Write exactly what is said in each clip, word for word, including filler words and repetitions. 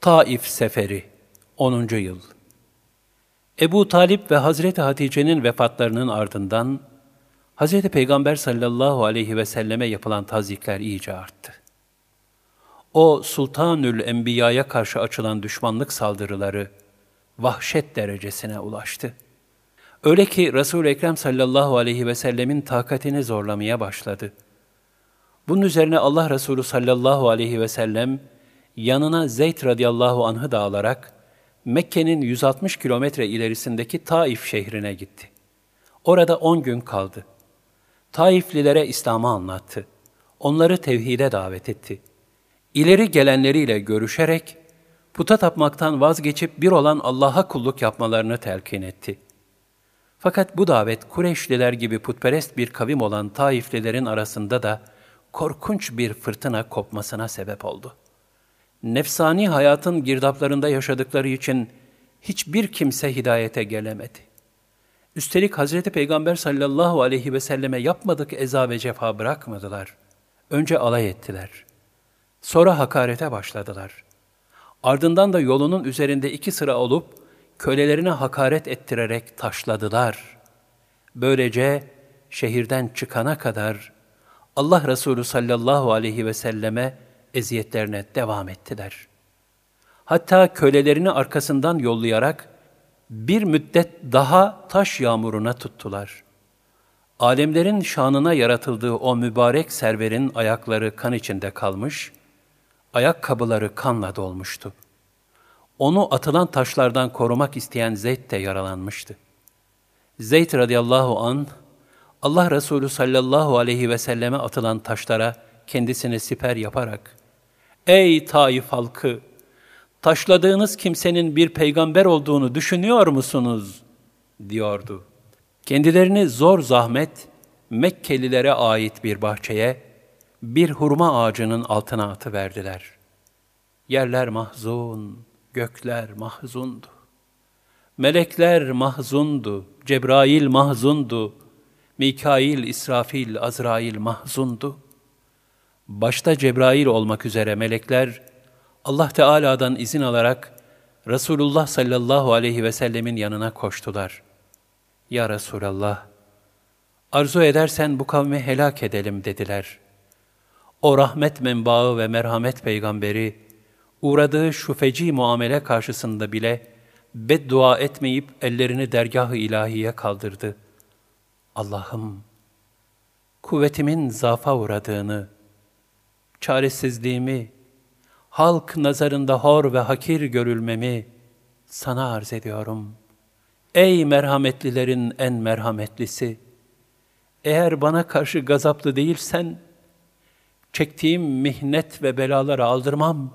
Taif Seferi onuncu Yıl Ebu Talip ve Hazreti Hatice'nin vefatlarının ardından Hazreti Peygamber sallallahu aleyhi ve selleme yapılan tazyikler iyice arttı. O Sultanül Enbiya'ya karşı açılan düşmanlık saldırıları vahşet derecesine ulaştı. Öyle ki Resul-i Ekrem sallallahu aleyhi ve sellemin takatini zorlamaya başladı. Bunun üzerine Allah Resulü sallallahu aleyhi ve sellem yanına Zeyd radıyallahu anh'ı da alarak Mekke'nin yüz altmış kilometre ilerisindeki Taif şehrine gitti. Orada on gün kaldı. Taiflilere İslam'ı anlattı. Onları tevhide davet etti. İleri gelenleriyle görüşerek puta tapmaktan vazgeçip bir olan Allah'a kulluk yapmalarını telkin etti. Fakat bu davet Kureyşliler gibi putperest bir kavim olan Taiflilerin arasında da korkunç bir fırtına kopmasına sebep oldu. Nefsani hayatın girdaplarında yaşadıkları için hiçbir kimse hidayete gelemedi. Üstelik Hazreti Peygamber sallallahu aleyhi ve selleme yapmadık eza ve cefa bırakmadılar. Önce alay ettiler. Sonra hakarete başladılar. Ardından da yolunun üzerinde iki sıra olup kölelerine hakaret ettirerek taşladılar. Böylece şehirden çıkana kadar Allah Resulü sallallahu aleyhi ve selleme eziyetlerine devam ettiler. Hatta kölelerini arkasından yollayarak bir müddet daha taş yağmuruna tuttular. Alemlerin şanına yaratıldığı o mübarek serverin ayakları kan içinde kalmış, ayakkabıları kanla dolmuştu. Onu atılan taşlardan korumak isteyen Zeyd de yaralanmıştı. Zeyd radıyallahu anh, Allah Resulü sallallahu aleyhi ve selleme atılan taşlara kendisini siper yaparak, "Ey Taif halkı! Taşladığınız kimsenin bir peygamber olduğunu düşünüyor musunuz?" diyordu. Kendilerini zor zahmet Mekkelilere ait bir bahçeye, bir hurma ağacının altına atıverdiler. Yerler mahzun, gökler mahzundu. Melekler mahzundu, Cebrail mahzundu, Mikail, İsrafil, Azrail mahzundu. Başta Cebrail olmak üzere melekler, Allah Teala'dan izin alarak Resulullah sallallahu aleyhi ve sellemin yanına koştular. "Ya Resulallah, arzu edersen bu kavmi helak edelim," dediler. O rahmet menbaı ve merhamet peygamberi, uğradığı şu feci muamele karşısında bile beddua etmeyip ellerini dergâh-ı ilahiye kaldırdı. "Allah'ım, kuvvetimin zaafa uğradığını, çaresizliğimi, halk nazarında hor ve hakir görülmemi sana arz ediyorum. Ey merhametlilerin en merhametlisi! Eğer bana karşı gazaplı değilsen, çektiğim mihnet ve belaları aldırmam.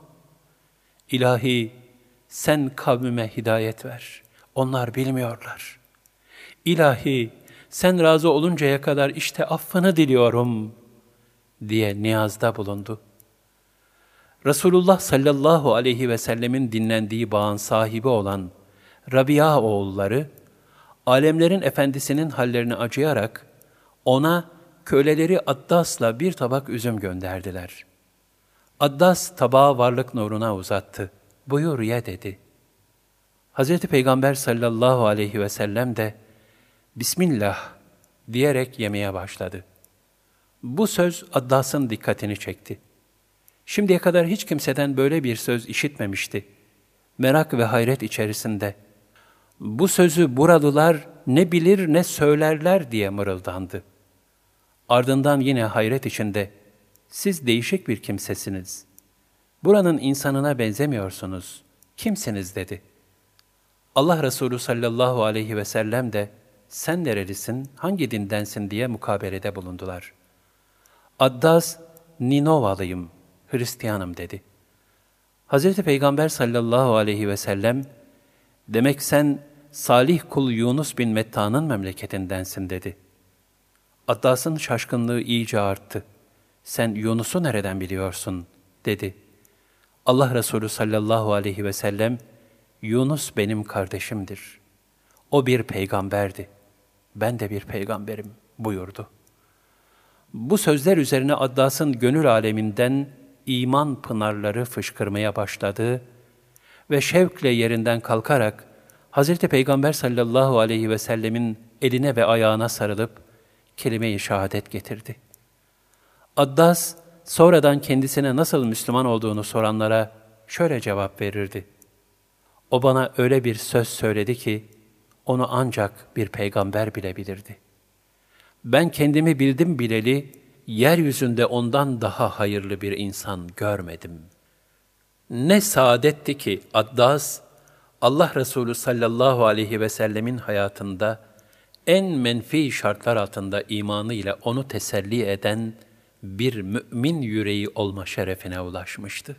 İlahi, sen kavmime hidayet ver. Onlar bilmiyorlar. İlahi, sen razı oluncaya kadar işte affını diliyorum," diye niyazda bulundu. Resulullah sallallahu aleyhi ve sellemin dinlendiği bağın sahibi olan Rabia oğulları, alemlerin efendisinin hallerini acıyarak ona köleleri Addas'la bir tabak üzüm gönderdiler. Addas tabağı varlık nuruna uzattı. "Buyur ye," dedi. Hazreti Peygamber sallallahu aleyhi ve sellem de "Bismillah" diyerek yemeye başladı. Bu söz Addas'ın dikkatini çekti. Şimdiye kadar hiç kimseden böyle bir söz işitmemişti. Merak ve hayret içerisinde. Bu sözü buralılar ne bilir ne söylerler diye mırıldandı. Ardından yine hayret içinde, "Siz değişik bir kimsesiniz. Buranın insanına benzemiyorsunuz. Kimsiniz?" dedi. Allah Resulü sallallahu aleyhi ve sellem de, "Sen nerelisin, hangi dindensin?" diye mukabelede bulundular. Addas, "Ninovalıyım, Hristiyanım," dedi. Hazreti Peygamber sallallahu aleyhi ve sellem, "Demek sen salih kul Yunus bin Metta'nın memleketindensin," dedi. Addas'ın şaşkınlığı iyice arttı. "Sen Yunus'u nereden biliyorsun?" dedi. Allah Resulü sallallahu aleyhi ve sellem, "Yunus benim kardeşimdir. O bir peygamberdi. Ben de bir peygamberim," buyurdu. Bu sözler üzerine Addas'ın gönül aleminden iman pınarları fışkırmaya başladı ve şevkle yerinden kalkarak Hazreti Peygamber sallallahu aleyhi ve sellemin eline ve ayağına sarılıp kelime-i şehadet getirdi. Addas, sonradan kendisine nasıl Müslüman olduğunu soranlara şöyle cevap verirdi. O bana öyle bir söz söyledi ki, onu ancak bir peygamber bilebilirdi. Ben kendimi bildim bileli, yeryüzünde ondan daha hayırlı bir insan görmedim. Ne saadetti ki Addas, Allah Resulü sallallahu aleyhi ve sellemin hayatında en menfi şartlar altında imanıyla onu teselli eden bir mümin yüreği olma şerefine ulaşmıştı.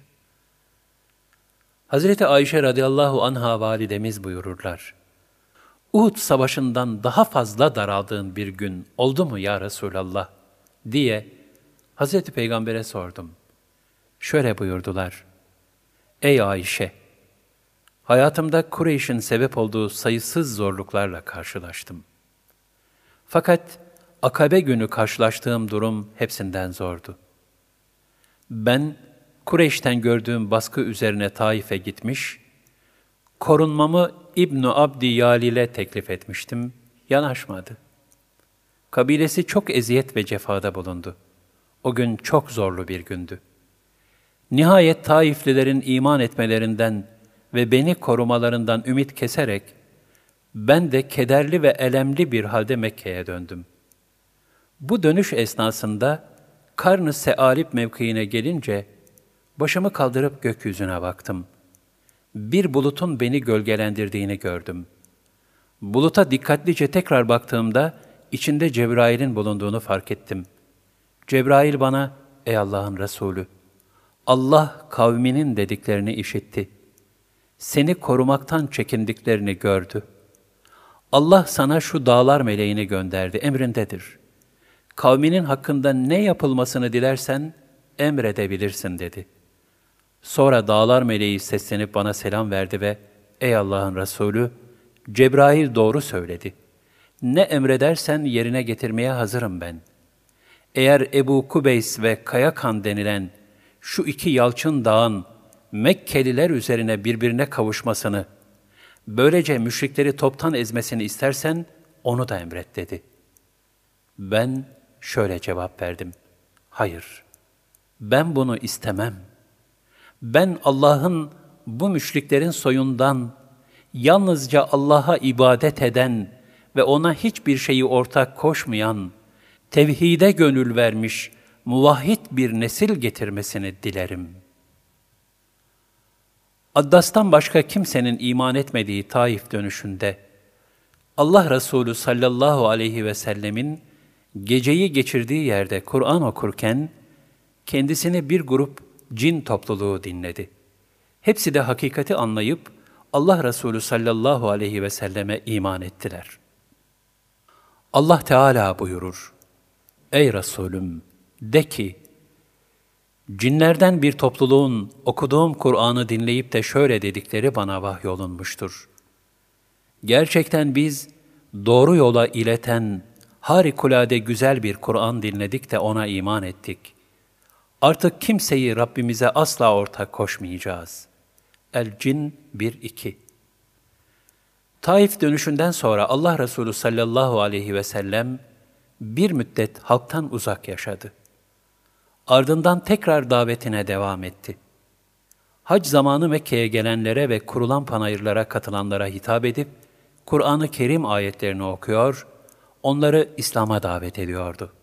Hazreti Ayşe radıyallahu anha validemiz buyururlar. Uhud savaşından daha fazla daraldığın bir gün oldu mu ya Resulallah diye Hazreti Peygamber'e sordum. Şöyle buyurdular. Ey Ayşe! Hayatımda Kureyş'in sebep olduğu sayısız zorluklarla karşılaştım. Fakat Akabe günü karşılaştığım durum hepsinden zordu. Ben Kureyş'ten gördüğüm baskı üzerine Taif'e gitmiş, korunmamı İbn-i Abdi Yalil'e teklif etmiştim, yanaşmadı. Kabilesi çok eziyet ve cefada bulundu. O gün çok zorlu bir gündü. Nihayet Taiflilerin iman etmelerinden ve beni korumalarından ümit keserek, ben de kederli ve elemli bir halde Mekke'ye döndüm. Bu dönüş esnasında Karn-ı Sealip mevkiine gelince, başımı kaldırıp gökyüzüne baktım. Bir bulutun beni gölgelendirdiğini gördüm. Buluta dikkatlice tekrar baktığımda, içinde Cebrail'in bulunduğunu fark ettim. Cebrail bana, ey Allah'ın Resulü, Allah kavminin dediklerini işitti. Seni korumaktan çekindiklerini gördü. Allah sana şu dağlar meleğini gönderdi, emrindedir. Kavminin hakkında ne yapılmasını dilersen emredebilirsin dedi. Sonra dağlar meleği seslenip bana selam verdi ve ey Allah'ın Resulü, Cebrail doğru söyledi. Ne emredersen yerine getirmeye hazırım ben. Eğer Ebu Kubeys ve Kayakan denilen şu iki yalçın dağın Mekkeliler üzerine birbirine kavuşmasını, böylece müşrikleri toptan ezmesini istersen onu da emret dedi. Ben şöyle cevap verdim. Hayır, ben bunu istemem. Ben Allah'ın bu müşriklerin soyundan, yalnızca Allah'a ibadet eden ve ona hiçbir şeyi ortak koşmayan, tevhide gönül vermiş, muvahhid bir nesil getirmesini dilerim. Addas'tan başka kimsenin iman etmediği Taif dönüşünde, Allah Resulü sallallahu aleyhi ve sellemin geceyi geçirdiği yerde Kur'an okurken, kendisini bir grup cin topluluğu dinledi. Hepsi de hakikati anlayıp, Allah Resulü sallallahu aleyhi ve selleme iman ettiler. Allah Teala buyurur, ey Resulüm, de ki, cinlerden bir topluluğun okuduğum Kur'an'ı dinleyip de şöyle dedikleri bana vahyolunmuştur. Gerçekten biz doğru yola ileten, harikulade güzel bir Kur'an dinledik de ona iman ettik. Artık kimseyi Rabbimize asla ortak koşmayacağız. El-Cin bir iki. Taif dönüşünden sonra Allah Resulü sallallahu aleyhi ve sellem bir müddet halktan uzak yaşadı. Ardından tekrar davetine devam etti. Hac zamanı Mekke'ye gelenlere ve kurulan panayırlara katılanlara hitap edip, Kur'an-ı Kerim ayetlerini okuyor, onları İslam'a davet ediyordu.